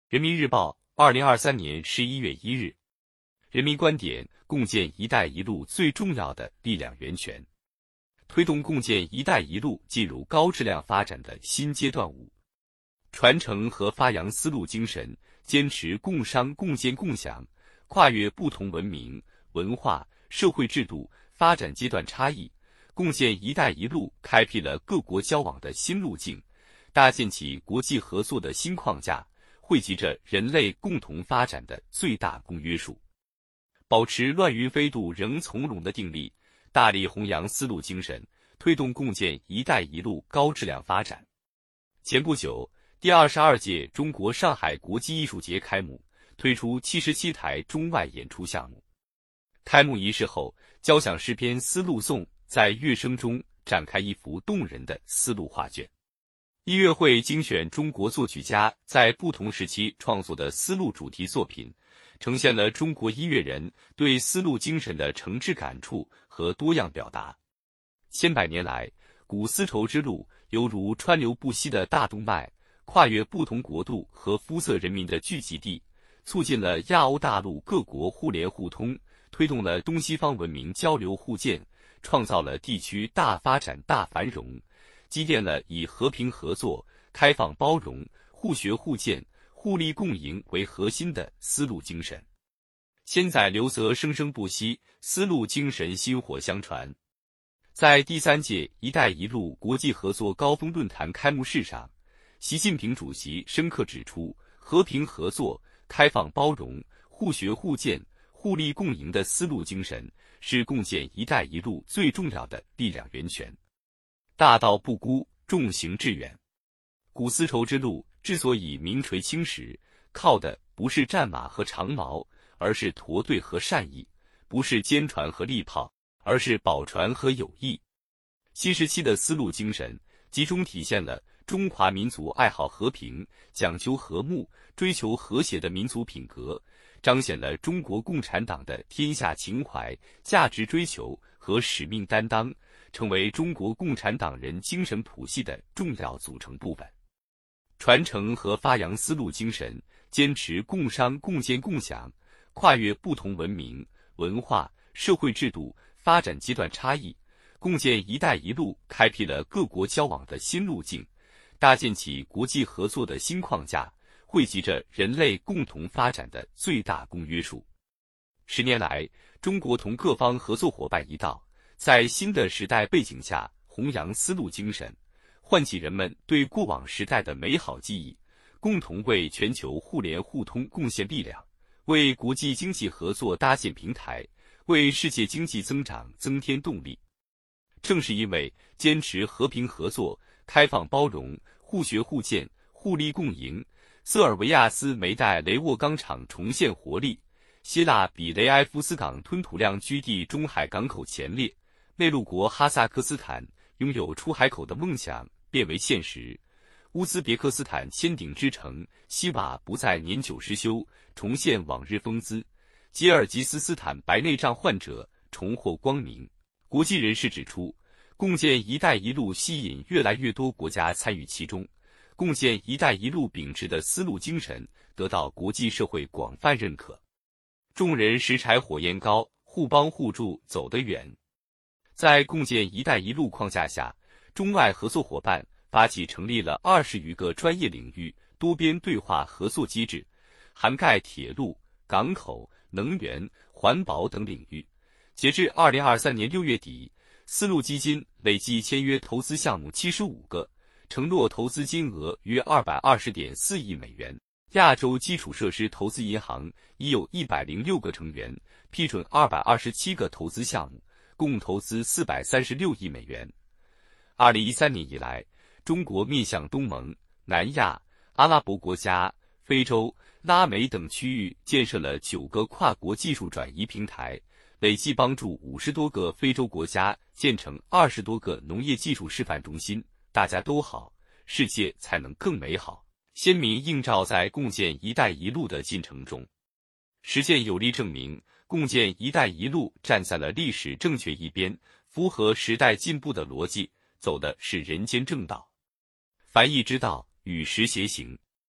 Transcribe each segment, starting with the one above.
人民日报，2023年11月1日。人民观点：共建“一带一路”最重要的力量源泉，推动共建“一带一路”进入高质量发展的新阶段5，传承和发扬丝路精神，坚持共商共建共享，跨越不同文明、文化、社会制度、发展阶段差异，共建“一带一路”开辟了各国交往的新路径，搭建起国际合作的新框架，汇集着人类共同发展的最大公约数，保持乱云飞渡仍从容的定力，大力弘扬丝路精神，推动共建“一带一路”高质量发展。前不久，第22届中国上海国际艺术节开幕，推出77台中外演出项目。开幕仪式后，交响诗篇《丝路颂》在乐声中展开一幅动人的丝路画卷。音乐会精选中国作曲家在不同时期创作的丝路主题作品，呈现了中国音乐人对丝路精神的诚挚感触和多样表达。千百年来，古丝绸之路犹如川流不息的大动脉，跨越不同国度和肤色人民的聚集地，促进了亚欧大陆各国互联互通，推动了东西方文明交流互鉴，创造了地区大发展大繁荣，积淀了以和平合作、开放包容、互学互鉴、互利共赢为核心的丝路精神。千载流泽生生不息，丝路精神薪火相传。在第3届“一带一路”国际合作高峰论坛开幕式上，习近平主席深刻指出，和平合作、开放包容、互学互鉴、互利共赢的丝路精神是共建“一带一路”最重要的力量源泉。大道不孤，众行致远。古丝绸之路之所以名垂青史，靠的不是战马和长矛，而是驼队和善意；不是坚船和利炮，而是宝船和友谊。新时期的丝路精神集中体现了中华民族爱好和平、讲究和睦、追求和谐的民族品格，彰显了中国共产党的天下情怀、价值追求和使命担当，成为中国共产党人精神谱系的重要组成部分。传承和发扬丝路精神，坚持共商共建共享，跨越不同文明、文化、社会制度、发展阶段差异，共建“一带一路”开辟了各国交往的新路径，搭建起国际合作的新框架，汇集着人类共同发展的最大公约数。10年来，中国同各方合作伙伴一道，在新的时代背景下弘扬丝路精神，唤起人们对过往时代的美好记忆，共同为全球互联互通贡献力量，为国际经济合作搭建平台，为世界经济增长增添动力。正是因为坚持和平合作、开放包容、互学互鉴、互利共赢，瑟尔维亚斯煤代雷沃钢厂重现活力，希腊比雷埃夫斯港吞吐量居地中海港口前列，内陆国哈萨克斯坦拥有出海口的梦想变为现实，乌兹别克斯坦千顶之城希瓦不再年久失修，重现往日风姿，吉尔吉斯斯坦白内障患者重获光明。国际人士指出，共建“一带一路”吸引越来越多国家参与其中，共建“一带一路”秉持的丝路精神得到国际社会广泛认可。众人拾柴火焰高，互帮互助走得远。在共建“一带一路”框架下，中外合作伙伴发起成立了20余个专业领域多边对话合作机制，涵盖铁路、港口、能源、环保等领域。截至2023年6月底，丝路基金累计签约投资项目75个，承诺投资金额约220.4亿美元。亚洲基础设施投资银行已有106个成员，批准227个投资项目，共投资436亿美元。2013年以来，中国面向东盟、南亚、阿拉伯国家、非洲、拉美等区域建设了9个跨国技术转移平台，累计帮助50多个非洲国家建成20多个农业技术示范中心。大家都好，世界才能更美好。鲜明映照在共建“一带一路”的进程中，实践有力证明，共建“一带一路”站在了历史正确一边，符合时代进步的逻辑，走的是人间正道。凡易之道，与时偕行。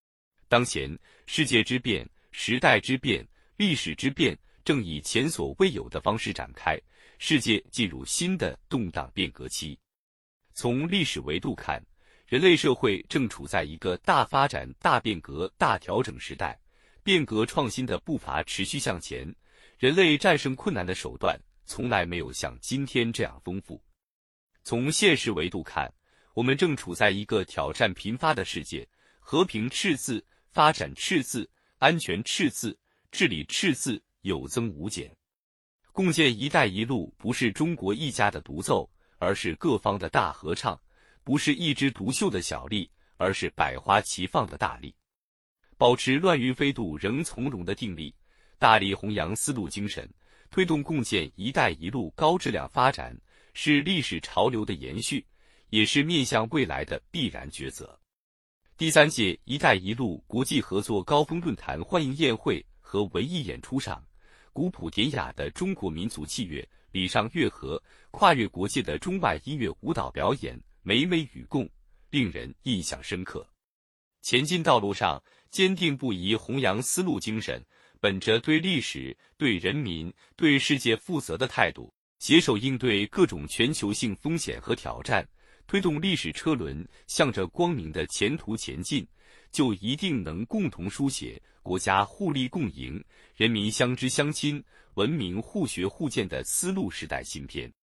当前，世界之变、时代之变、历史之变正以前所未有的方式展开，世界进入新的动荡变革期。从历史维度看，人类社会正处在一个大发展、大变革、大调整时代，变革创新的步伐持续向前，人类战胜困难的手段从来没有像今天这样丰富。从现实维度看，我们正处在一个挑战频发的世界，和平赤字、发展赤字、安全赤字、治理赤字有增无减。共建“一带一路”不是中国一家的独奏，而是各方的大合唱；不是一枝独秀的小利，而是百花齐放的大利。保持乱云飞渡仍从容的定力，大力弘扬丝路精神，推动共建“一带一路”高质量发展，是历史潮流的延续，也是面向未来的必然抉择。第3届“一带一路”国际合作高峰论坛欢迎宴会和文艺演出上，古朴典雅的中国民族器乐、礼尚乐和、跨越国界的中外音乐舞蹈表演美美与共，令人印象深刻。前进道路上，坚定不移弘扬丝路精神，本着对历史、对人民、对世界负责的态度，携手应对各种全球性风险和挑战，推动历史车轮向着光明的前途前进，就一定能共同书写国家互利共赢、人民相知相亲、文明互学互鉴的丝路时代新篇。